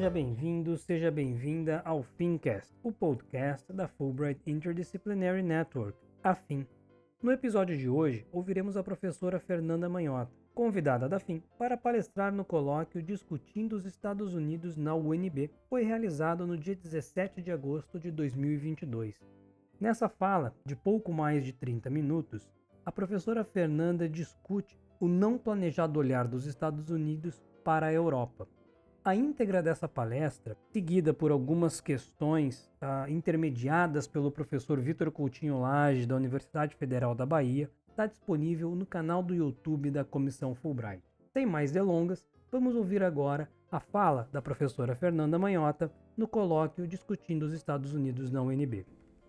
Seja bem-vindo, seja bem-vinda ao FinCast, o podcast da Fulbright Interdisciplinary Network, a FIN. No episódio de hoje, ouviremos a professora Fernanda Manhota, convidada da FIN, para palestrar no colóquio Discutindo os Estados Unidos na UNB, que foi realizado no dia 17 de agosto de 2022. Nessa fala, de pouco mais de 30 minutos, a professora Fernanda discute o não planejado olhar dos Estados Unidos para a Europa. A íntegra dessa palestra, seguida por algumas questões intermediadas pelo professor Vitor Coutinho Lage, da Universidade Federal da Bahia, está disponível no canal do YouTube da Comissão Fulbright. Sem mais delongas, vamos ouvir agora a fala da professora Fernanda Manhota no colóquio Discutindo os Estados Unidos na UNB.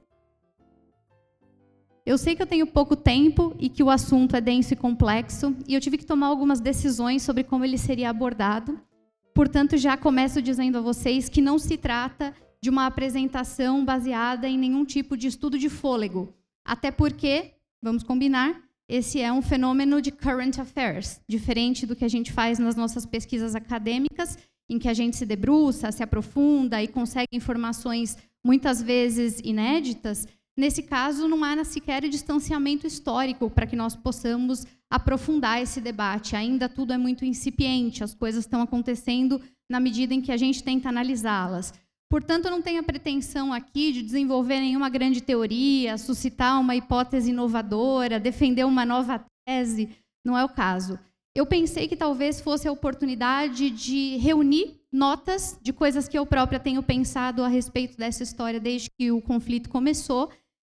Eu sei que eu tenho pouco tempo e que o assunto é denso e complexo, e eu tive que tomar algumas decisões sobre como ele seria abordado. Portanto, já começo dizendo a vocês que não se trata de uma apresentação baseada em nenhum tipo de estudo de fôlego. Até porque, vamos combinar, esse é um fenômeno de current affairs, diferente do que a gente faz nas nossas pesquisas acadêmicas, em que a gente se debruça, se aprofunda e consegue informações muitas vezes inéditas. Nesse caso, não há sequer distanciamento histórico para que nós possamos aprofundar esse debate. Ainda tudo é muito incipiente, as coisas estão acontecendo na medida em que a gente tenta analisá-las. Portanto, eu não tenho a pretensão aqui de desenvolver nenhuma grande teoria, suscitar uma hipótese inovadora, defender uma nova tese, não é o caso. Eu pensei que talvez fosse a oportunidade de reunir notas de coisas que eu própria tenho pensado a respeito dessa história desde que o conflito começou,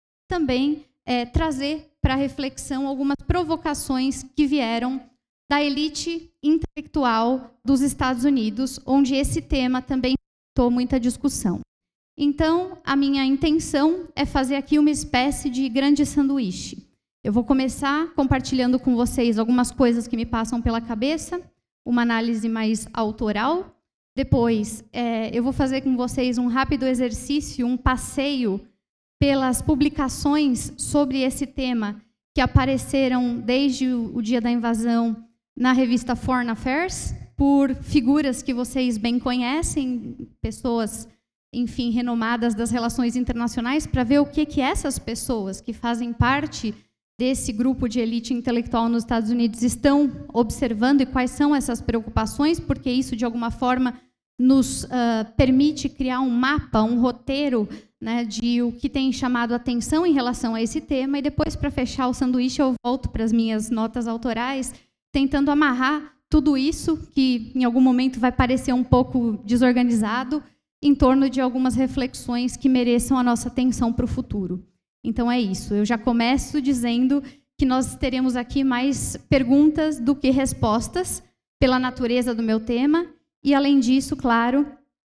também trazer para reflexão algumas provocações que vieram da elite intelectual dos Estados Unidos, onde esse tema também suscitou muita discussão. Então, a minha intenção é fazer aqui uma espécie de grande sanduíche. Eu vou começar compartilhando com vocês algumas coisas que me passam pela cabeça, uma análise mais autoral. Depois, eu vou fazer com vocês um rápido exercício, um passeio pelas publicações sobre esse tema que apareceram desde o dia da invasão na revista Foreign Affairs, por figuras que vocês bem conhecem, pessoas, enfim, renomadas das relações internacionais, para ver o que essas pessoas que fazem parte desse grupo de elite intelectual nos Estados Unidos estão observando e quais são essas preocupações, porque isso, de alguma forma, nos permite criar um mapa, um roteiro, né, de o que tem chamado a atenção em relação a esse tema, e depois, para fechar o sanduíche, eu volto para as minhas notas autorais, tentando amarrar tudo isso, que em algum momento vai parecer um pouco desorganizado, em torno de algumas reflexões que mereçam a nossa atenção para o futuro. Então é isso, eu já começo dizendo que nós teremos aqui mais perguntas do que respostas, pela natureza do meu tema, e além disso, claro,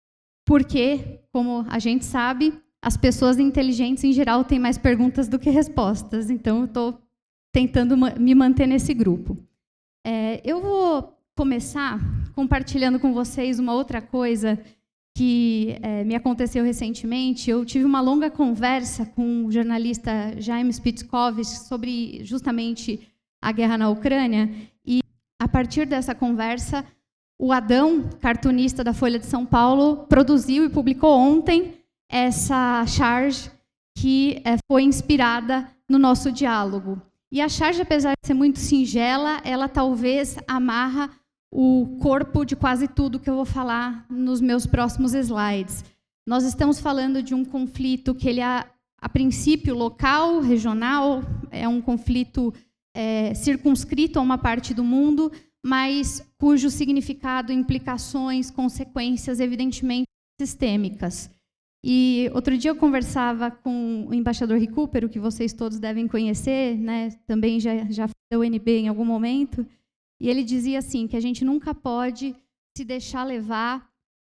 porque, como a gente sabe, as pessoas inteligentes, em geral, têm mais perguntas do que respostas. Então, eu estou tentando me manter nesse grupo. Eu vou começar compartilhando com vocês uma outra coisa que me aconteceu recentemente. Eu tive uma longa conversa com o jornalista Jaime Spitkovich sobre justamente a guerra na Ucrânia. E, a partir dessa conversa, o Adão, cartunista da Folha de São Paulo, produziu e publicou ontem essa charge que foi inspirada no nosso diálogo. E a charge, apesar de ser muito singela, ela talvez amarra o corpo de quase tudo que eu vou falar nos meus próximos slides. Nós estamos falando de um conflito que ele é, a princípio, local, regional, é um conflito circunscrito a uma parte do mundo, mas cujo significado, implicações, consequências, evidentemente, sistêmicas. E outro dia eu conversava com o embaixador Recupero, que vocês todos devem conhecer, né? Também já foi da UNB em algum momento, e ele dizia assim, que a gente nunca pode se deixar levar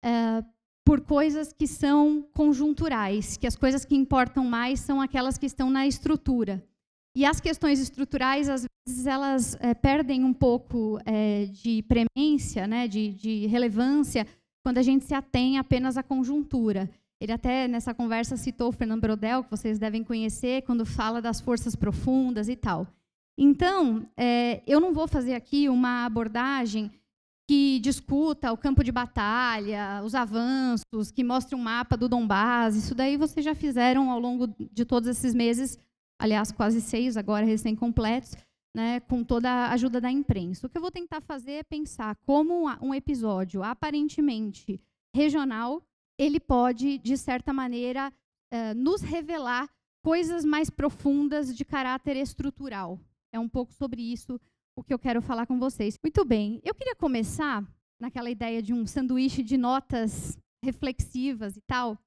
por coisas que são conjunturais, que as coisas que importam mais são aquelas que estão na estrutura. E as questões estruturais, às vezes, elas perdem um pouco de premência, né, de relevância, quando a gente se atém apenas à conjuntura. Ele até, nessa conversa, citou o Fernando Brodel, que vocês devem conhecer, quando fala das forças profundas e tal. Então, eu não vou fazer aqui uma abordagem que discuta o campo de batalha, os avanços, que mostre um mapa do Donbás. Isso daí vocês já fizeram ao longo de todos esses meses, aliás, quase 6 agora recém-completos, né, com toda a ajuda da imprensa. O que eu vou tentar fazer é pensar como um episódio aparentemente regional, ele pode, de certa maneira, nos revelar coisas mais profundas de caráter estrutural. É um pouco sobre isso o que eu quero falar com vocês. Muito bem, eu queria começar naquela ideia de um sanduíche de notas reflexivas e tal,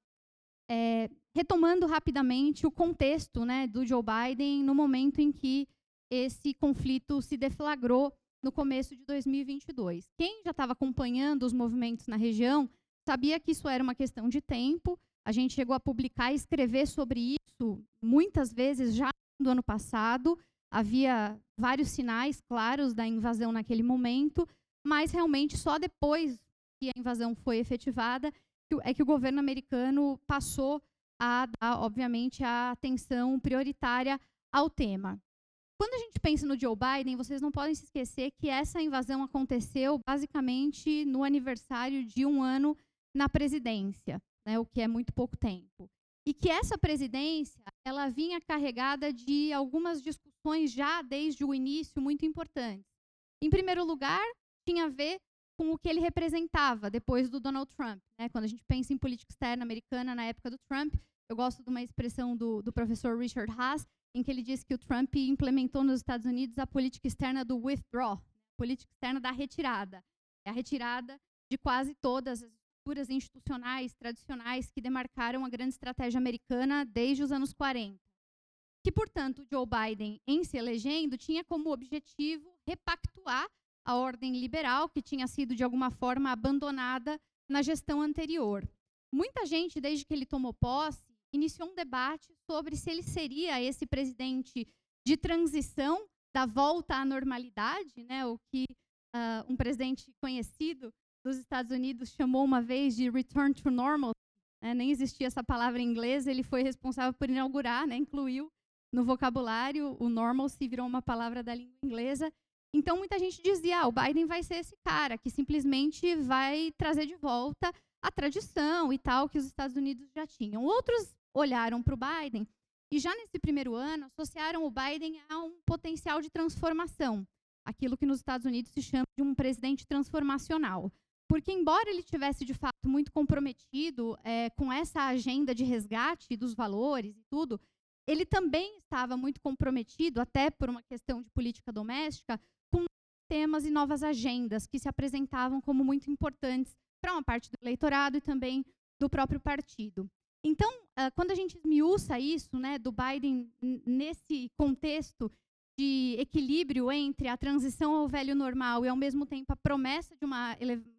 retomando rapidamente o contexto, né, do Joe Biden no momento em que esse conflito se deflagrou no começo de 2022. Quem já estava acompanhando os movimentos na região sabia que isso era uma questão de tempo. A gente chegou a publicar e escrever sobre isso muitas vezes já no ano passado. Havia vários sinais claros da invasão naquele momento, mas realmente só depois que a invasão foi efetivada é que o governo americano passou a dar, obviamente, a atenção prioritária ao tema. Quando a gente pensa no Joe Biden, vocês não podem se esquecer que essa invasão aconteceu basicamente no aniversário de 1 ano na presidência, né, o que é muito pouco tempo. E que essa presidência, ela vinha carregada de algumas discussões já desde o início muito importantes. Em primeiro lugar, tinha a ver com o que ele representava depois do Donald Trump, né? Quando a gente pensa em política externa americana na época do Trump, eu gosto de uma expressão do professor Richard Haas, em que ele disse que o Trump implementou nos Estados Unidos a política externa do withdraw, a política externa da retirada. É a retirada de quase todas as estruturas institucionais tradicionais que demarcaram a grande estratégia americana desde os anos 40. Que, portanto, Joe Biden, em se elegendo, tinha como objetivo repactuar a ordem liberal, que tinha sido, de alguma forma, abandonada na gestão anterior. Muita gente, desde que ele tomou posse, iniciou um debate sobre se ele seria esse presidente de transição, da volta à normalidade, né, o que um presidente conhecido dos Estados Unidos chamou uma vez de return to normal, né, nem existia essa palavra em inglês, ele foi responsável por inaugurar, né, incluiu no vocabulário, o normal se virou uma palavra da língua inglesa. Então, muita gente dizia, o Biden vai ser esse cara que simplesmente vai trazer de volta a tradição e tal que os Estados Unidos já tinham. Outros olharam para o Biden e já nesse primeiro ano associaram o Biden a um potencial de transformação, aquilo que nos Estados Unidos se chama de um presidente transformacional. Porque, embora ele tivesse, de fato, muito comprometido com essa agenda de resgate dos valores e tudo, ele também estava muito comprometido, até por uma questão de política doméstica, com temas e novas agendas que se apresentavam como muito importantes para uma parte do eleitorado e também do próprio partido. Então, quando a gente esmiuça isso, né, do Biden nesse contexto de equilíbrio entre a transição ao velho normal e, ao mesmo tempo, a promessa de uma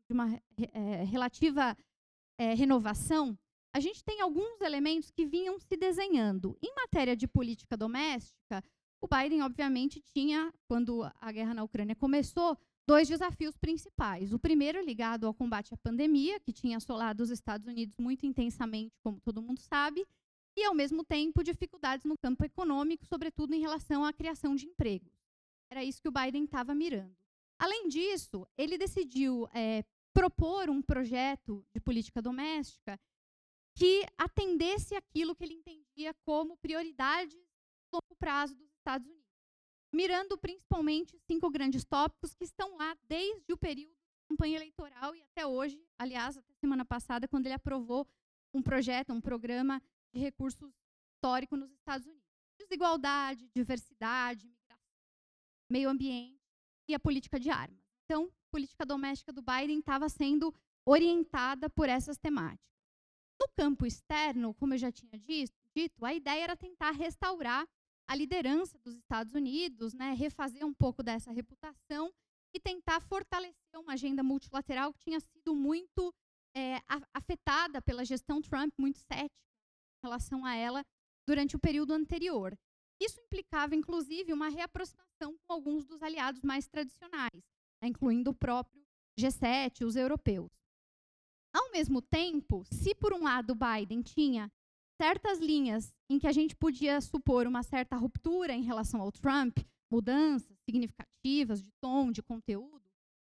relativa renovação, a gente tem alguns elementos que vinham se desenhando. Em matéria de política doméstica, o Biden, obviamente, tinha, quando a guerra na Ucrânia começou, 2 desafios principais. O primeiro ligado ao combate à pandemia, que tinha assolado os Estados Unidos muito intensamente, como todo mundo sabe, e, ao mesmo tempo, dificuldades no campo econômico, sobretudo em relação à criação de empregos. Era isso que o Biden estava mirando. Além disso, ele decidiu propor um projeto de política doméstica que atendesse aquilo que ele entendia como prioridades a longo prazo dos Estados Unidos, mirando principalmente 5 grandes tópicos que estão lá desde o período da campanha eleitoral e até hoje, aliás, até semana passada, quando ele aprovou um projeto, um programa de recursos históricos nos Estados Unidos. Desigualdade, diversidade, migração, meio ambiente e a política de armas. Então, a política doméstica do Biden estava sendo orientada por essas temáticas. No campo externo, como eu já tinha dito, a ideia era tentar restaurar a liderança dos Estados Unidos, né, refazer um pouco dessa reputação e tentar fortalecer uma agenda multilateral que tinha sido muito afetada pela gestão Trump, muito cética em relação a ela durante o período anterior. Isso implicava, inclusive, uma reaproximação com alguns dos aliados mais tradicionais, né, incluindo o próprio G7, os europeus. Ao mesmo tempo, se por um lado Biden tinha certas linhas em que a gente podia supor uma certa ruptura em relação ao Trump, mudanças significativas de tom, de conteúdo,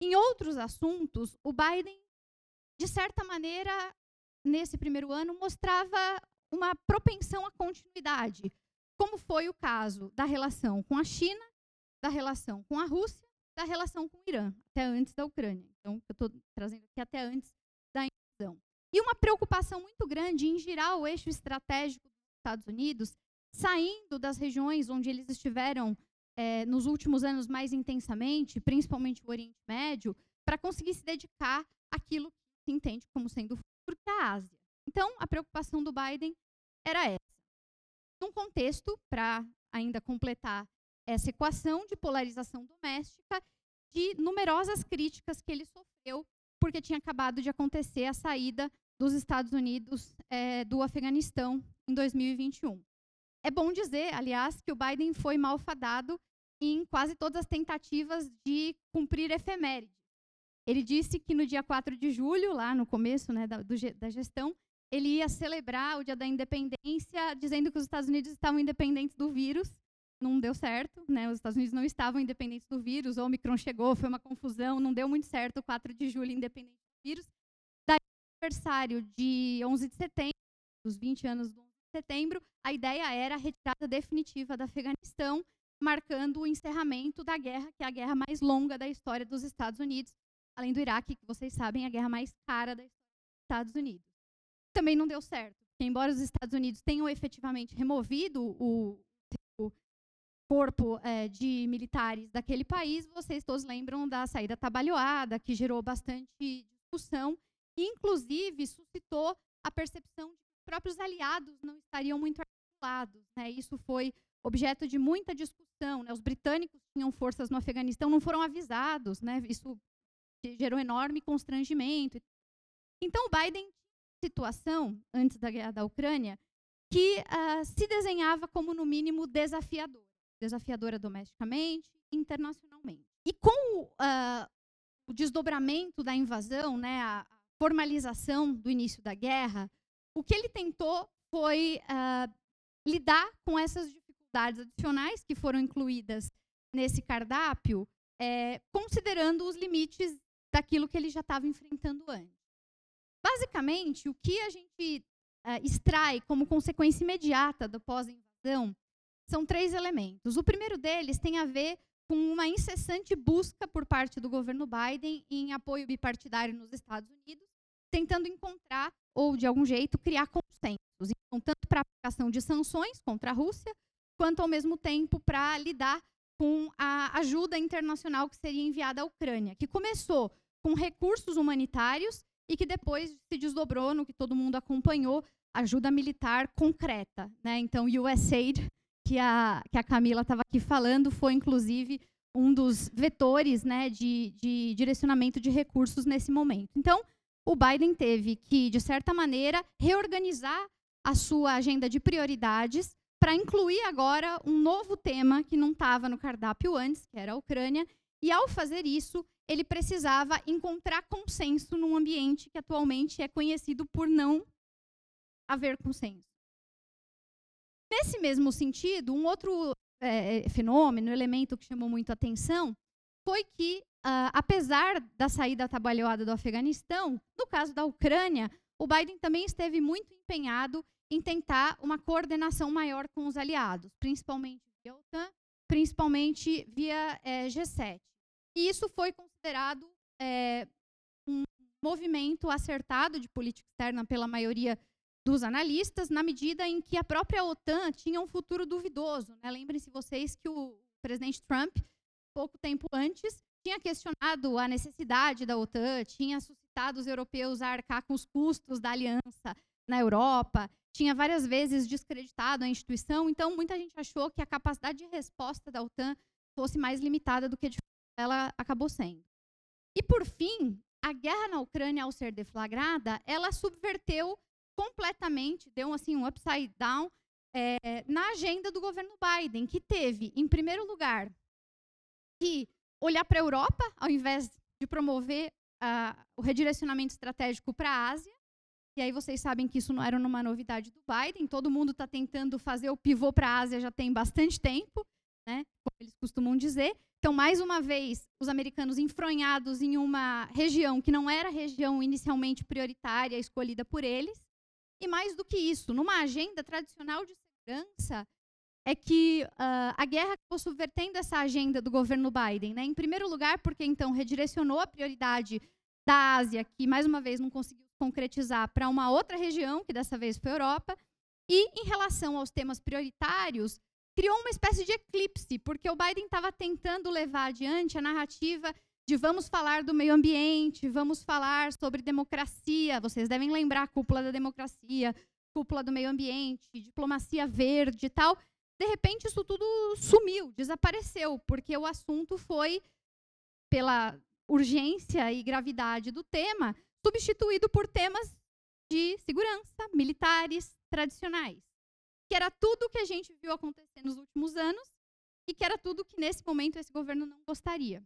Em outros assuntos, o Biden, de certa maneira, nesse primeiro ano, mostrava uma propensão à continuidade, como foi o caso da relação com a China, da relação com a Rússia, da relação com o Irã, até antes da Ucrânia. Então, eu estou trazendo aqui até antes da invasão. E uma preocupação muito grande em girar o eixo estratégico dos Estados Unidos, saindo das regiões onde eles estiveram nos últimos anos mais intensamente, principalmente o Oriente Médio, para conseguir se dedicar àquilo que se entende como sendo o futuro, que é a Ásia. Então, a preocupação do Biden era essa. Num contexto, para ainda completar essa equação de polarização doméstica, de numerosas críticas que ele sofreu, porque tinha acabado de acontecer a saída dos Estados Unidos do Afeganistão em 2021. É bom dizer, aliás, que o Biden foi malfadado em quase todas as tentativas de cumprir efemérides. Ele disse que no dia 4 de julho, lá no começo, né, da gestão, ele ia celebrar o Dia da Independência, dizendo que os Estados Unidos estavam independentes do vírus. Não deu certo, né? Os Estados Unidos não estavam independentes do vírus, o Omicron chegou, foi uma confusão, não deu muito certo o 4 de julho independente do vírus. Daí, no aniversário de 11 de setembro, dos 20 anos do 11 de setembro, a ideia era a retirada definitiva do Afeganistão, marcando o encerramento da guerra, que é a guerra mais longa da história dos Estados Unidos, além do Iraque, que vocês sabem, é a guerra mais cara da história dos Estados Unidos. Também não deu certo, porque embora os Estados Unidos tenham efetivamente removido o corpo de militares daquele país, vocês todos lembram da saída atabalhoada, que gerou bastante discussão, e inclusive suscitou a percepção de que os próprios aliados não estariam muito articulados, né? Isso foi objeto de muita discussão, né? Os britânicos tinham forças no Afeganistão, não foram avisados, né? Isso gerou enorme constrangimento. Então, o Biden situação, antes da guerra da Ucrânia, que se desenhava como, no mínimo, desafiadora domesticamente e internacionalmente. E com o desdobramento da invasão, né, a formalização do início da guerra, o que ele tentou foi lidar com essas dificuldades adicionais que foram incluídas nesse cardápio, considerando os limites daquilo que ele já estava enfrentando antes. Basicamente, o que a gente extrai como consequência imediata da pós-invasão são 3 elementos. O primeiro deles tem a ver com uma incessante busca por parte do governo Biden em apoio bipartidário nos Estados Unidos, tentando encontrar, ou de algum jeito, criar consensos. Então, tanto para a aplicação de sanções contra a Rússia, quanto, ao mesmo tempo, para lidar com a ajuda internacional que seria enviada à Ucrânia, que começou com recursos humanitários e que depois se desdobrou no que todo mundo acompanhou, ajuda militar concreta, né? Então, USAID, que a Camila estava aqui falando, foi, inclusive, um dos vetores, né, de direcionamento de recursos nesse momento. Então, o Biden teve que, de certa maneira, reorganizar a sua agenda de prioridades para incluir agora um novo tema que não estava no cardápio antes, que era a Ucrânia, e, ao fazer isso, ele precisava encontrar consenso num ambiente que atualmente é conhecido por não haver consenso. Nesse mesmo sentido, um outro fenômeno, elemento que chamou muito a atenção, foi que, apesar da saída atabalhoada do Afeganistão, no caso da Ucrânia, o Biden também esteve muito empenhado em tentar uma coordenação maior com os aliados, principalmente via OTAN, principalmente via G7. E isso foi considerado um movimento acertado de política externa pela maioria dos analistas, na medida em que a própria OTAN tinha um futuro duvidoso, né? Lembrem-se vocês que o presidente Trump, pouco tempo antes, tinha questionado a necessidade da OTAN, tinha suscitado os europeus a arcar com os custos da aliança na Europa, tinha várias vezes descreditado a instituição, então muita gente achou que a capacidade de resposta da OTAN fosse mais limitada do que de fato ela acabou sendo. E, por fim, a guerra na Ucrânia, ao ser deflagrada, ela subverteu completamente, deu assim, um upside down na agenda do governo Biden, que teve, em primeiro lugar, que olhar para a Europa, ao invés de promover o redirecionamento estratégico para a Ásia. E aí vocês sabem que isso não era uma novidade do Biden, todo mundo está tentando fazer o pivô para a Ásia já tem bastante tempo, né, como eles costumam dizer. Então, mais uma vez, os americanos enfronhados em uma região que não era a região inicialmente prioritária, escolhida por eles. E mais do que isso, numa agenda tradicional de segurança, é que a guerra acabou subvertendo essa agenda do governo Biden, né? Em primeiro lugar, porque então redirecionou a prioridade da Ásia, que mais uma vez não conseguiu concretizar, para uma outra região, que dessa vez foi a Europa. E, em relação aos temas prioritários, criou uma espécie de eclipse, porque o Biden estava tentando levar adiante a narrativa de vamos falar do meio ambiente, vamos falar sobre democracia. Vocês devem lembrar a cúpula da democracia, cúpula do meio ambiente, diplomacia verde e tal. De repente, isso tudo sumiu, desapareceu, porque o assunto foi, pela urgência e gravidade do tema, substituído por temas de segurança, militares, tradicionais, que era tudo o que a gente viu acontecer nos últimos anos e que era tudo que, nesse momento, esse governo não gostaria.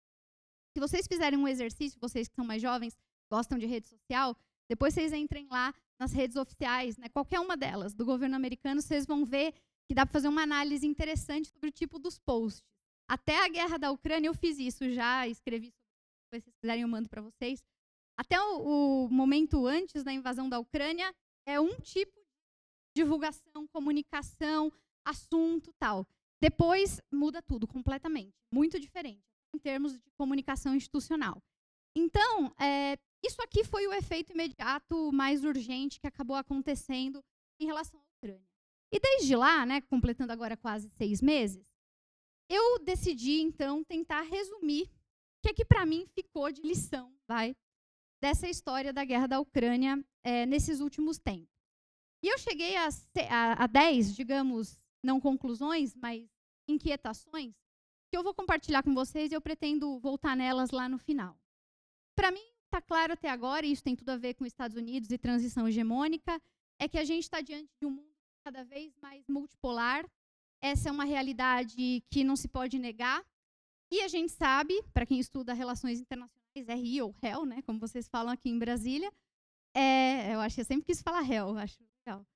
Se vocês fizerem um exercício, vocês que são mais jovens, gostam de rede social, depois vocês entrem lá nas redes oficiais, né, qualquer uma delas, do governo americano, vocês vão ver que dá para fazer uma análise interessante sobre o tipo dos posts. Até a guerra da Ucrânia eu fiz isso, já escrevi sobre isso, se vocês quiserem eu mando para vocês. Até o momento antes da invasão da Ucrânia é um tipo de divulgação, comunicação, assunto, tal. Depois muda tudo completamente, muito diferente, em termos de comunicação institucional. Então, isso aqui foi o efeito imediato mais urgente que acabou acontecendo em relação à Ucrânia. E desde lá, né, completando agora quase 6 meses, eu decidi, então, tentar resumir o que para mim ficou de lição, dessa história da guerra da Ucrânia nesses últimos tempos. E eu cheguei a 10, digamos, não conclusões, mas inquietações, que eu vou compartilhar com vocês e eu pretendo voltar nelas lá no final. Para mim, está claro até agora, e isso tem tudo a ver com os Estados Unidos e transição hegemônica, é que a gente está diante de um mundo cada vez mais multipolar. Essa é uma realidade que não se pode negar. E a gente sabe, para quem estuda relações internacionais, RI ou HEL, né, como vocês falam aqui em Brasília, eu acho que eu sempre quis falar HEL, acho legal.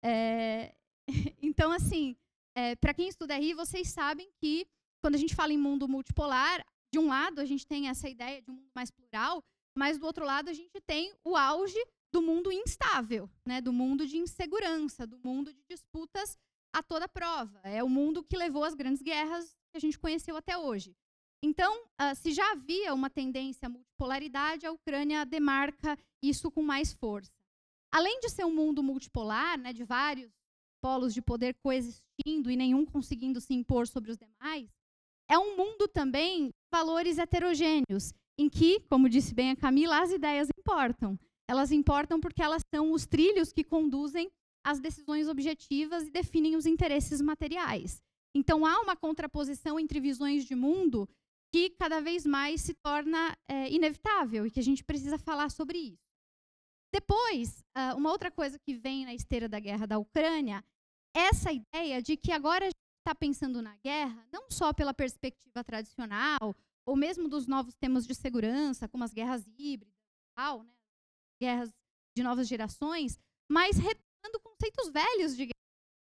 Então, assim, para quem estuda RI, vocês sabem que quando a gente fala em mundo multipolar, de um lado a gente tem essa ideia de um mundo mais plural, mas do outro lado a gente tem o auge do mundo instável, né, do mundo de insegurança, do mundo de disputas a toda prova. É o mundo que levou às grandes guerras que a gente conheceu até hoje. Então, se já havia uma tendência à multipolaridade, a Ucrânia demarca isso com mais força. Além de ser um mundo multipolar, né, de vários polos de poder coexistindo e nenhum conseguindo se impor sobre os demais, é um mundo também de valores heterogêneos, em que, como disse bem a Camila, as ideias importam. Elas importam porque elas são os trilhos que conduzem as decisões objetivas e definem os interesses materiais. Então, há uma contraposição entre visões de mundo que cada vez mais se torna inevitável e que a gente precisa falar sobre isso. Depois, uma outra coisa que vem na esteira da guerra da Ucrânia é essa ideia de que agora a gente está pensando na guerra não só pela perspectiva tradicional, ou mesmo dos novos temas de segurança, como as guerras híbridas, tal, né, guerras de novas gerações, mas retomando conceitos velhos de guerra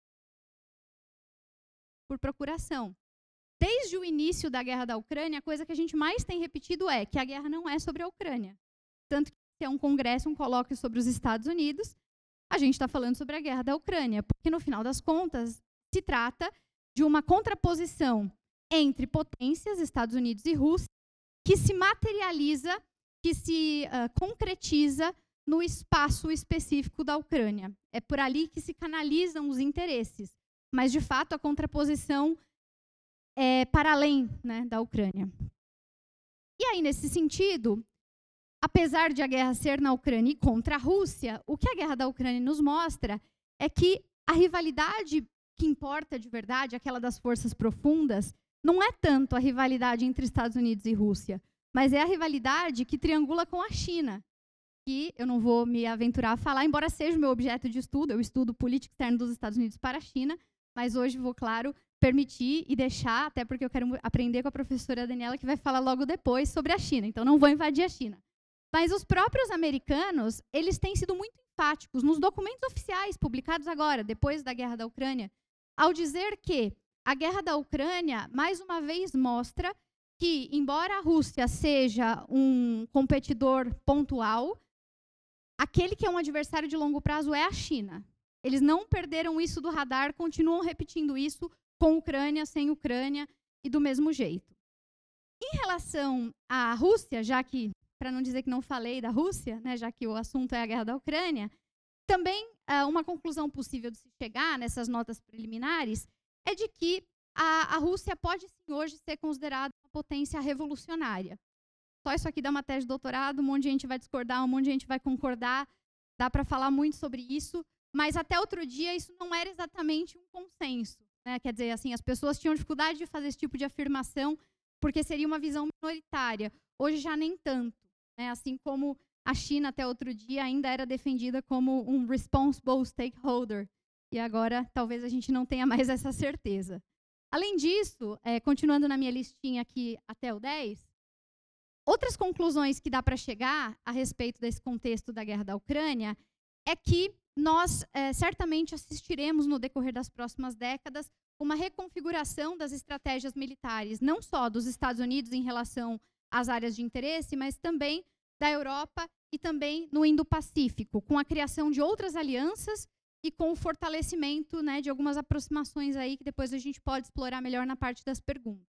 por procuração. Desde o início da guerra da Ucrânia, a coisa que a gente mais tem repetido é que a guerra não é sobre a Ucrânia. Tanto que se é um congresso, um colóquio sobre os Estados Unidos, a gente está falando sobre a guerra da Ucrânia, porque no final das contas se trata de uma contraposição entre potências, Estados Unidos e Rússia, que se materializa, que se concretiza no espaço específico da Ucrânia. É por ali que se canalizam os interesses, mas, de fato, a contraposição é para além, né, da Ucrânia. E aí, nesse sentido, apesar de a guerra ser na Ucrânia e contra a Rússia, o que a guerra da Ucrânia nos mostra é que a rivalidade que importa de verdade, aquela das forças profundas, não é tanto a rivalidade entre Estados Unidos e Rússia, mas é a rivalidade que triangula com a China, que eu não vou me aventurar a falar, embora seja o meu objeto de estudo, eu estudo política externa dos Estados Unidos para a China, mas hoje vou, claro, permitir e deixar, até porque eu quero aprender com a professora Daniela, que vai falar logo depois sobre a China, então não vou invadir a China. Mas os próprios americanos, eles têm sido muito enfáticos nos documentos oficiais publicados agora, depois da guerra da Ucrânia, ao dizer que a guerra da Ucrânia, mais uma vez, mostra que, embora a Rússia seja um competidor pontual, aquele que é um adversário de longo prazo é a China. Eles não perderam isso do radar, continuam repetindo isso com Ucrânia, sem Ucrânia e do mesmo jeito. Em relação à Rússia, já que, para não dizer que não falei da Rússia, né, já que o assunto é a guerra da Ucrânia, também uma conclusão possível de se chegar nessas notas preliminares é de que a Rússia pode sim hoje ser considerada uma potência revolucionária. Só isso aqui dá uma tese de doutorado, um monte de gente vai discordar, um monte de gente vai concordar, dá para falar muito sobre isso, mas até outro dia isso não era exatamente um consenso, né? Quer dizer, assim, as pessoas tinham dificuldade de fazer esse tipo de afirmação porque seria uma visão minoritária. Hoje já nem tanto, né? Assim como a China até outro dia ainda era defendida como um responsible stakeholder, e agora talvez a gente não tenha mais essa certeza. Além disso, continuando na minha listinha aqui até o 10, outras conclusões que dá para chegar a respeito desse contexto da guerra da Ucrânia é que nós certamente assistiremos no decorrer das próximas décadas uma reconfiguração das estratégias militares, não só dos Estados Unidos em relação às áreas de interesse, mas também da Europa e também no Indo-Pacífico, com a criação de outras alianças e com o fortalecimento, né, de algumas aproximações aí que depois a gente pode explorar melhor na parte das perguntas.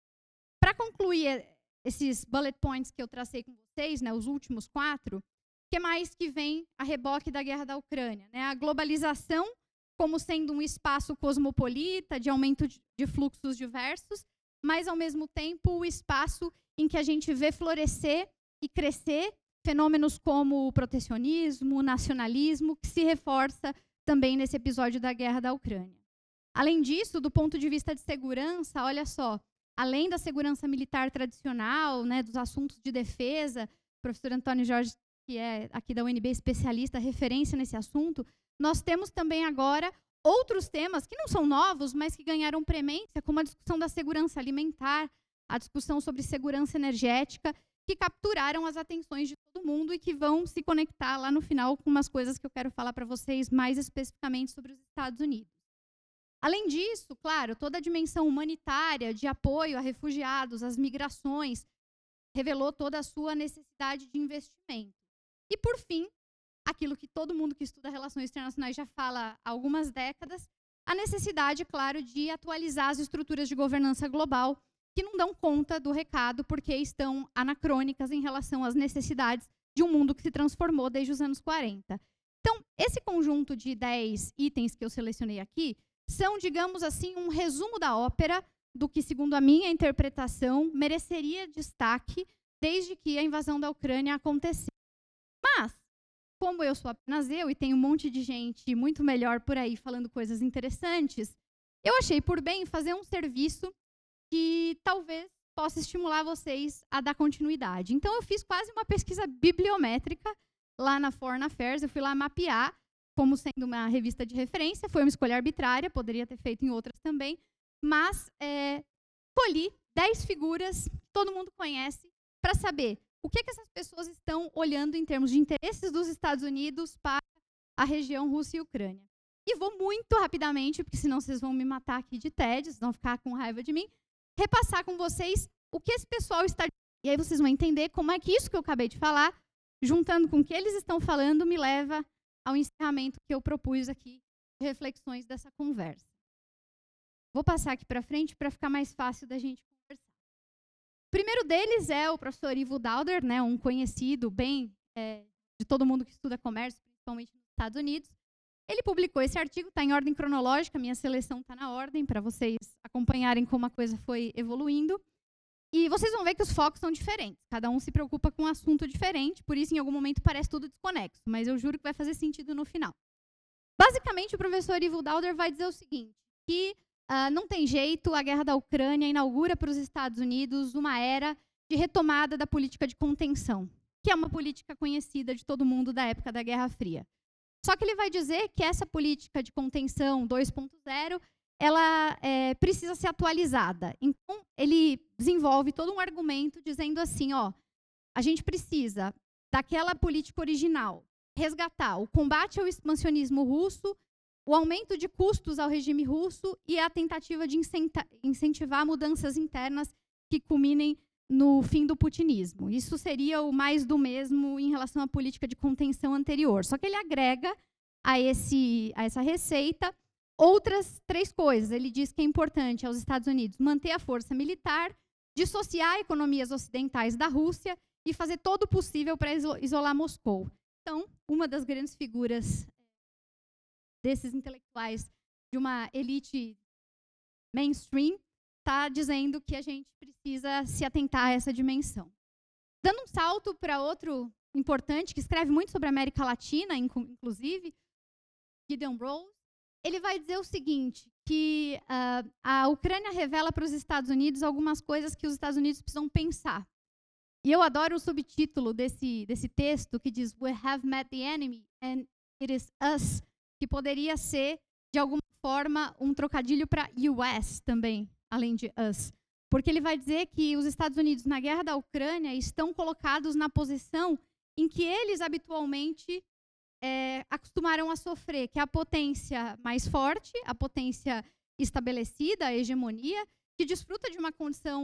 Para concluir esses bullet points que eu tracei com vocês, né, os últimos 4, o que mais que vem a reboque da guerra da Ucrânia? Né? A globalização como sendo um espaço cosmopolita, de aumento de fluxos diversos, mas, ao mesmo tempo, o espaço em que a gente vê florescer e crescer fenômenos como o protecionismo, o nacionalismo, que se reforça também nesse episódio da guerra da Ucrânia. Além disso, do ponto de vista de segurança, olha só, além da segurança militar tradicional, né, dos assuntos de defesa, o professor Antônio Jorge, que é aqui da UNB especialista, referência nesse assunto, nós temos também agora outros temas que não são novos, mas que ganharam premência, como a discussão da segurança alimentar, a discussão sobre segurança energética, que capturaram as atenções de todo mundo e que vão se conectar lá no final com umas coisas que eu quero falar para vocês mais especificamente sobre os Estados Unidos. Além disso, claro, toda a dimensão humanitária de apoio a refugiados, às migrações, revelou toda a sua necessidade de investimento. E, por fim, aquilo que todo mundo que estuda relações internacionais já fala há algumas décadas, a necessidade, claro, de atualizar as estruturas de governança global, que não dão conta do recado porque estão anacrônicas em relação às necessidades de um mundo que se transformou desde os anos 40. Então, esse conjunto de 10 itens que eu selecionei aqui são, digamos assim, um resumo da ópera do que, segundo a minha interpretação, mereceria destaque desde que a invasão da Ucrânia aconteceu. Mas, como eu sou apenas eu e tem um monte de gente muito melhor por aí falando coisas interessantes, eu achei por bem fazer um serviço que talvez possa estimular vocês a dar continuidade. Então, eu fiz quase uma pesquisa bibliométrica lá na Foreign Affairs. Eu fui lá mapear como sendo uma revista de referência. Foi uma escolha arbitrária, poderia ter feito em outras também, mas colhi 10 figuras que todo mundo conhece para saber o que essas pessoas estão olhando em termos de interesses dos Estados Unidos para a região Rússia e Ucrânia. E vou muito rapidamente, porque senão vocês vão me matar aqui de tédio, vocês vão ficar com raiva de mim, repassar com vocês o que esse pessoal está dizendo. E aí vocês vão entender como é que isso que eu acabei de falar, juntando com o que eles estão falando, me leva ao encerramento que eu propus aqui, de reflexões dessa conversa. Vou passar aqui para frente para ficar mais fácil da gente conversar. O primeiro deles é o professor Ivo Dauder, né, um conhecido bem de todo mundo que estuda comércio, principalmente nos Estados Unidos. Ele publicou esse artigo, está em ordem cronológica, minha seleção está na ordem, para vocês acompanharem como a coisa foi evoluindo. E vocês vão ver que os focos são diferentes, cada um se preocupa com um assunto diferente, por isso, em algum momento, parece tudo desconexo, mas eu juro que vai fazer sentido no final. Basicamente, o professor Ivo Dauder vai dizer o seguinte, que não tem jeito, a guerra da Ucrânia inaugura para os Estados Unidos uma era de retomada da política de contenção, que é uma política conhecida de todo mundo da época da Guerra Fria. Só que ele vai dizer que essa política de contenção 2.0, ela precisa ser atualizada. Então, ele desenvolve todo um argumento dizendo assim, ó, a gente precisa daquela política original, resgatar o combate ao expansionismo russo, o aumento de custos ao regime russo e a tentativa de incentivar mudanças internas que culminem no fim do putinismo. Isso seria o mais do mesmo em relação à política de contenção anterior. Só que ele agrega a essa receita outras 3 coisas. Ele diz que é importante aos Estados Unidos manter a força militar, dissociar economias ocidentais da Rússia e fazer todo o possível para isolar Moscou. Então, uma das grandes figuras desses intelectuais de uma elite mainstream está dizendo que a gente precisa se atentar a essa dimensão. Dando um salto para outro importante, que escreve muito sobre a América Latina, inclusive, Gideon Rose, ele vai dizer o seguinte, que a Ucrânia revela para os Estados Unidos algumas coisas que os Estados Unidos precisam pensar. E eu adoro o subtítulo desse texto, que diz "We have met the enemy and it is us", que poderia ser, de alguma forma, um trocadilho para US também, além de us. Porque ele vai dizer que os Estados Unidos, na guerra da Ucrânia, estão colocados na posição em que eles habitualmente acostumaram a sofrer, que é a potência mais forte, a potência estabelecida, a hegemonia, que desfruta de uma condição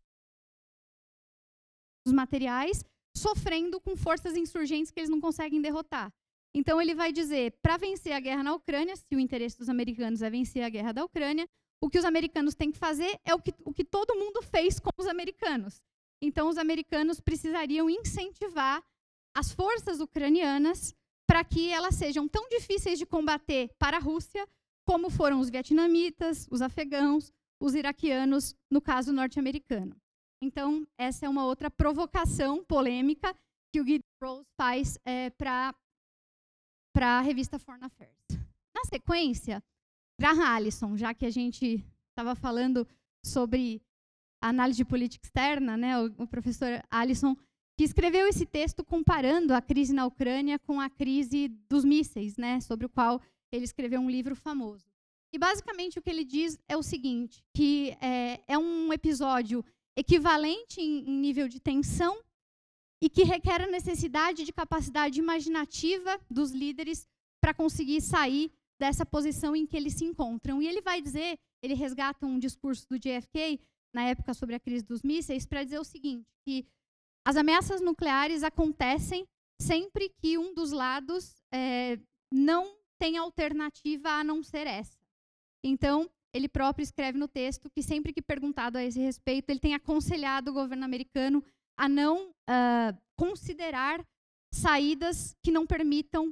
dos materiais, sofrendo com forças insurgentes que eles não conseguem derrotar. Então, ele vai dizer, para vencer a guerra na Ucrânia, se o interesse dos americanos é vencer a guerra da Ucrânia, o que os americanos têm que fazer é o que todo mundo fez com os americanos. Então, os americanos precisariam incentivar as forças ucranianas para que elas sejam tão difíceis de combater para a Rússia como foram os vietnamitas, os afegãos, os iraquianos, no caso norte-americano. Então, essa é uma outra provocação polêmica que o Gideon Rose faz para a revista Foreign Affairs. Na sequência, Graham Allison, já que a gente estava falando sobre a análise de política externa, né, o professor Allison, que escreveu esse texto comparando a crise na Ucrânia com a crise dos mísseis, né, sobre o qual ele escreveu um livro famoso. E, basicamente, o que ele diz é o seguinte, que é um episódio equivalente em nível de tensão e que requer a necessidade de capacidade imaginativa dos líderes para conseguir sair dessa posição em que eles se encontram. E ele vai dizer, ele resgata um discurso do JFK, na época sobre a crise dos mísseis, para dizer o seguinte, que as ameaças nucleares acontecem sempre que um dos lados não tem alternativa a não ser essa. Então, ele próprio escreve no texto que sempre que perguntado a esse respeito, ele tem aconselhado o governo americano a não considerar saídas que não permitam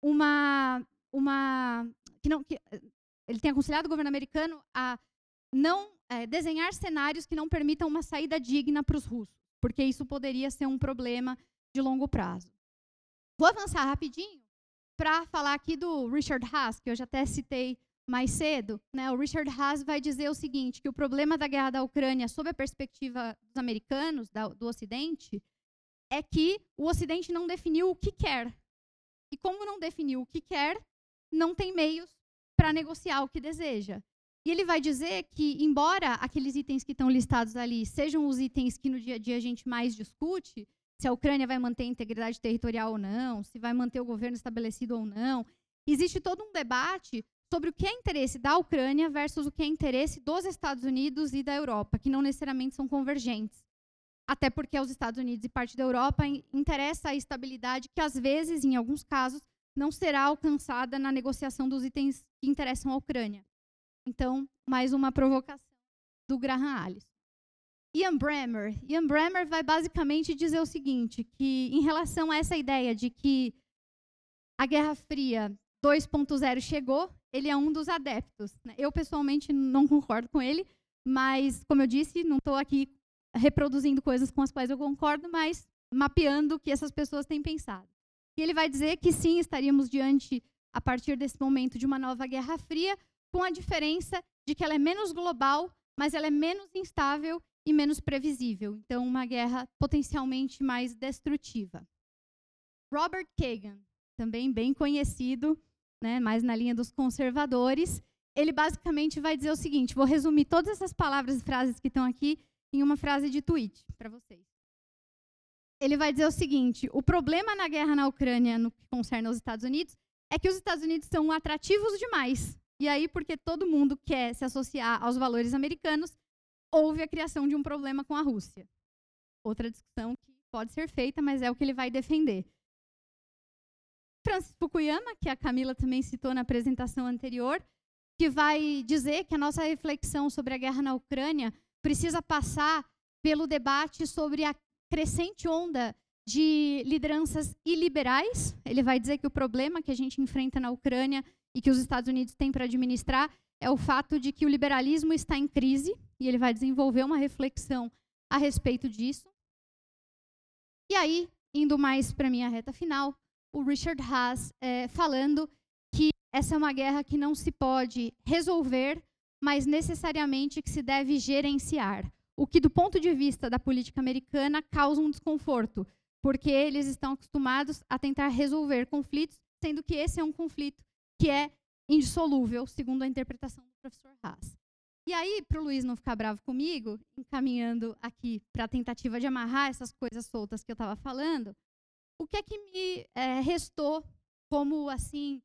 ele tem aconselhado o governo americano a não desenhar cenários que não permitam uma saída digna para os russos, porque isso poderia ser um problema de longo prazo. Vou avançar rapidinho para falar aqui do Richard Haas, que eu já até citei mais cedo, né? O Richard Haas vai dizer o seguinte, que o problema da guerra da Ucrânia, sob a perspectiva dos americanos, do Ocidente, é que o Ocidente não definiu o que quer. E como não definiu o que quer, não tem meios para negociar o que deseja. E ele vai dizer que, embora aqueles itens que estão listados ali sejam os itens que no dia a dia a gente mais discute, se a Ucrânia vai manter a integridade territorial ou não, se vai manter o governo estabelecido ou não, existe todo um debate sobre o que é interesse da Ucrânia versus o que é interesse dos Estados Unidos e da Europa, que não necessariamente são convergentes. Até porque aos Estados Unidos e parte da Europa interessa a estabilidade que, às vezes, em alguns casos, não será alcançada na negociação dos itens que interessam à Ucrânia. Então, mais uma provocação do Graham Allison. Ian Bremmer vai basicamente dizer o seguinte, que em relação a essa ideia de que a Guerra Fria 2.0 chegou, ele é um dos adeptos, né? Eu, pessoalmente, não concordo com ele, mas, como eu disse, não estou aqui reproduzindo coisas com as quais eu concordo, mas mapeando o que essas pessoas têm pensado. E ele vai dizer que sim, estaríamos diante, a partir desse momento, de uma nova Guerra Fria, com a diferença de que ela é menos global, mas ela é menos instável e menos previsível. Então, uma guerra potencialmente mais destrutiva. Robert Kagan, também bem conhecido, né, mais na linha dos conservadores, ele basicamente vai dizer o seguinte, vou resumir todas essas palavras e frases que estão aqui em uma frase de tweet para vocês. Ele vai dizer o seguinte, o problema na guerra na Ucrânia, no que concerne aos Estados Unidos, é que os Estados Unidos são atrativos demais. E aí, porque todo mundo quer se associar aos valores americanos, houve a criação de um problema com a Rússia. Outra discussão que pode ser feita, mas é o que ele vai defender. Francis Fukuyama, que a Camila também citou na apresentação anterior, que vai dizer que a nossa reflexão sobre a guerra na Ucrânia precisa passar pelo debate sobre a crescente onda de lideranças iliberais. Ele vai dizer que o problema que a gente enfrenta na Ucrânia e que os Estados Unidos têm para administrar é o fato de que o liberalismo está em crise, e ele vai desenvolver uma reflexão a respeito disso. E aí, indo mais para a minha reta final, o Richard Haas falando que essa é uma guerra que não se pode resolver, mas necessariamente que se deve gerenciar. O que, do ponto de vista da política americana, causa um desconforto, porque eles estão acostumados a tentar resolver conflitos, sendo que esse é um conflito que é indissolúvel, segundo a interpretação do professor Haas. E aí, para o Luiz não ficar bravo comigo, encaminhando aqui para a tentativa de amarrar essas coisas soltas que eu estava falando, o que é que me restou como, assim,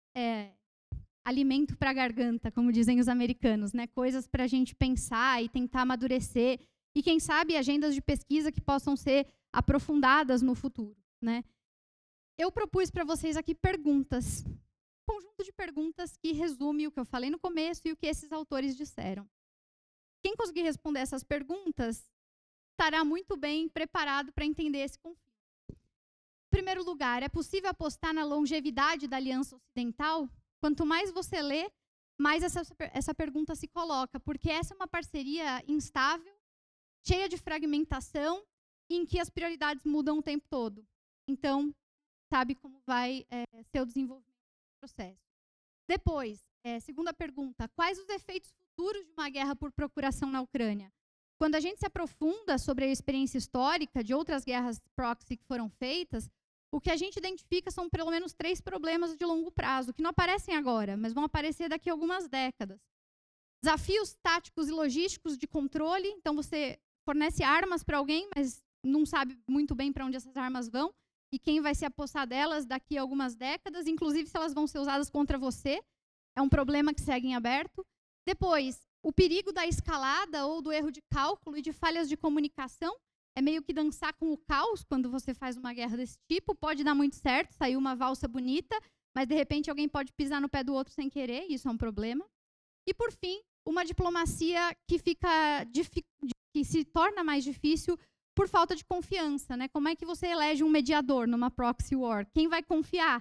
alimento para a garganta, como dizem os americanos, né? Coisas para a gente pensar e tentar amadurecer, e quem sabe agendas de pesquisa que possam ser aprofundadas no futuro, né? Eu propus para vocês aqui perguntas, um conjunto de perguntas que resume o que eu falei no começo e o que esses autores disseram. Quem conseguir responder essas perguntas estará muito bem preparado para entender esse conflito. Em primeiro lugar, é possível apostar na longevidade da Aliança Ocidental? Quanto mais você lê, mais essa pergunta se coloca, porque essa é uma parceria instável, cheia de fragmentação, em que as prioridades mudam o tempo todo. Então, sabe como vai ser o desenvolvimento do processo. Depois, segunda pergunta, quais os efeitos futuros de uma guerra por procuração na Ucrânia? Quando a gente se aprofunda sobre a experiência histórica de outras guerras proxy que foram feitas, o que a gente identifica são pelo menos 3 problemas de longo prazo, que não aparecem agora, mas vão aparecer daqui a algumas décadas. Desafios táticos e logísticos de controle, então você fornece armas para alguém, mas não sabe muito bem para onde essas armas vão, e quem vai se apossar delas daqui a algumas décadas, inclusive se elas vão ser usadas contra você, é um problema que segue em aberto. Depois, o perigo da escalada ou do erro de cálculo e de falhas de comunicação, é meio que dançar com o caos quando você faz uma guerra desse tipo, pode dar muito certo, sair uma valsa bonita, mas de repente alguém pode pisar no pé do outro sem querer, e isso é um problema. E por fim, uma diplomacia que que se torna mais difícil por falta de confiança, né? Como é que você elege um mediador numa proxy war? Quem vai confiar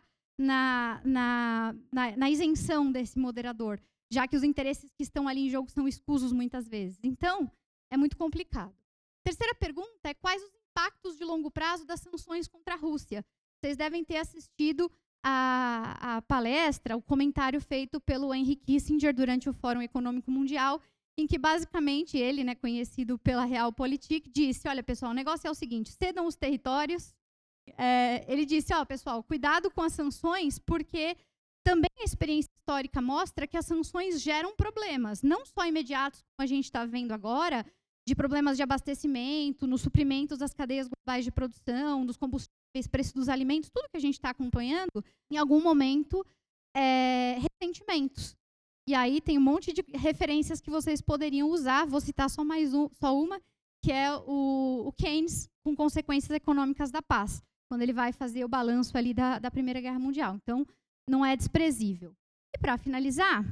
na isenção desse moderador, já que os interesses que estão ali em jogo são escusos muitas vezes? Então, é muito complicado. Terceira pergunta é quais os impactos de longo prazo das sanções contra a Rússia? Vocês devem ter assistido a palestra, o comentário feito pelo Henry Kissinger durante o Fórum Econômico Mundial, em que basicamente ele, né, conhecido pela Realpolitik, disse, olha pessoal, o negócio é o seguinte, cedam os territórios. Ele disse, ó pessoal, cuidado com as sanções, porque também a experiência histórica mostra que as sanções geram problemas, não só imediatos, como a gente está vendo agora, de problemas de abastecimento, nos suprimentos das cadeias globais de produção, dos combustíveis, preço dos alimentos, tudo que a gente está acompanhando, em algum momento, ressentimentos. E aí tem um monte de referências que vocês poderiam usar, vou citar só uma, que é o Keynes, com consequências econômicas da paz, quando ele vai fazer o balanço ali da Primeira Guerra Mundial. Então, não é desprezível. E para finalizar,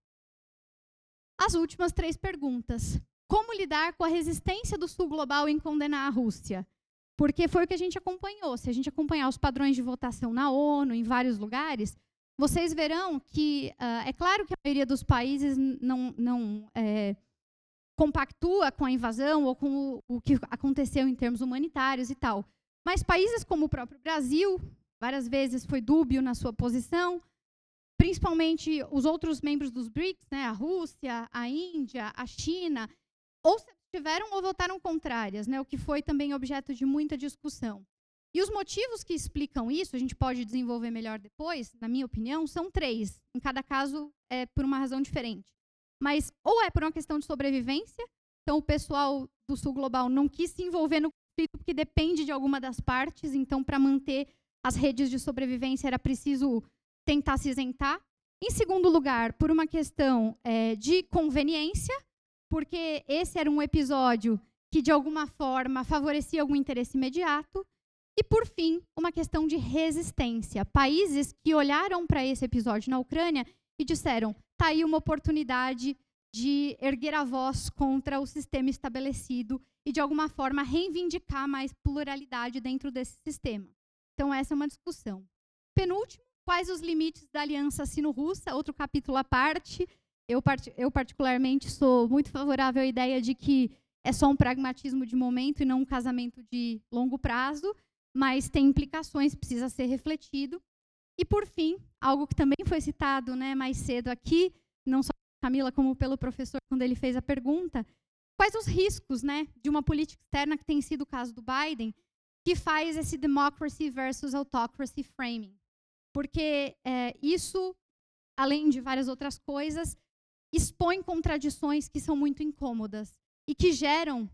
as últimas 3 perguntas. Como lidar com a resistência do Sul global em condenar a Rússia? Porque foi o que a gente acompanhou. Se a gente acompanhar os padrões de votação na ONU, em vários lugares, vocês verão que, é claro que a maioria dos países não compactua com a invasão ou com o que aconteceu em termos humanitários e tal. Mas países como o próprio Brasil, várias vezes foi dúbio na sua posição, principalmente os outros membros dos BRICS, né, a Rússia, a Índia, a China, ou se tiveram ou votaram contrárias, né, o que foi também objeto de muita discussão. E os motivos que explicam isso, a gente pode desenvolver melhor depois, na minha opinião, são 3. Em cada caso, é por uma razão diferente. Mas ou é por uma questão de sobrevivência, então o pessoal do Sul Global não quis se envolver no conflito porque depende de alguma das partes, então para manter as redes de sobrevivência era preciso tentar se isentar. Em segundo lugar, por uma questão de conveniência, porque esse era um episódio que, de alguma forma, favorecia algum interesse imediato. E, por fim, uma questão de resistência. Países que olharam para esse episódio na Ucrânia e disseram, está aí uma oportunidade de erguer a voz contra o sistema estabelecido e, de alguma forma, reivindicar mais pluralidade dentro desse sistema. Então, essa é uma discussão. Penúltimo, quais os limites da aliança sino-russa? Outro capítulo à parte. Eu, particularmente, sou muito favorável à ideia de que é só um pragmatismo de momento e não um casamento de longo prazo, mas tem implicações, precisa ser refletido. E, por fim, algo que também foi citado, né, mais cedo aqui, não só pela Camila, como pelo professor, quando ele fez a pergunta, quais os riscos, né, de uma política externa, que tem sido o caso do Biden, que faz esse democracy versus autocracy framing. Porque isso, além de várias outras coisas, expõe contradições que são muito incômodas e que geram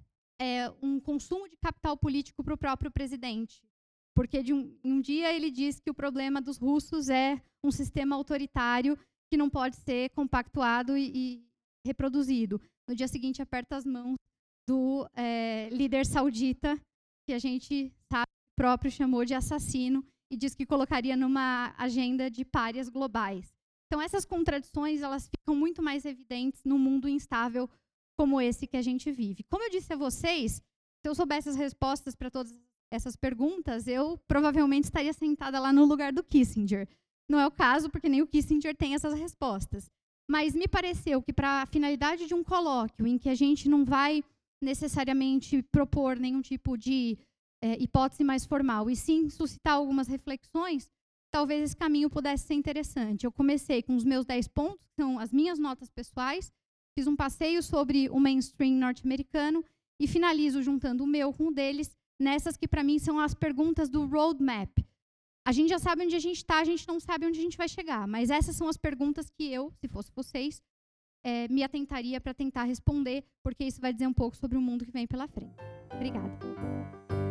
um consumo de capital político para o próprio presidente. Porque em um dia ele diz que o problema dos russos é um sistema autoritário que não pode ser compactuado e reproduzido. No dia seguinte, aperta as mãos do líder saudita, que a gente sabe próprio chamou de assassino, e diz que colocaria numa agenda de párias globais. Então, essas contradições elas ficam muito mais evidentes num mundo instável como esse que a gente vive. Como eu disse a vocês, se eu soubesse as respostas para todas essas perguntas, eu provavelmente estaria sentada lá no lugar do Kissinger. Não é o caso, porque nem o Kissinger tem essas respostas. Mas me pareceu que, para a finalidade de um colóquio, em que a gente não vai necessariamente propor nenhum tipo de hipótese mais formal, e sim suscitar algumas reflexões, talvez esse caminho pudesse ser interessante. Eu comecei com os meus 10 pontos, que são as minhas notas pessoais, fiz um passeio sobre o mainstream norte-americano e finalizo juntando o meu com o deles, nessas que, para mim, são as perguntas do roadmap. A gente já sabe onde a gente está, a gente não sabe onde a gente vai chegar, mas essas são as perguntas que eu, se fosse vocês, me atentaria para tentar responder, porque isso vai dizer um pouco sobre o mundo que vem pela frente. Obrigada.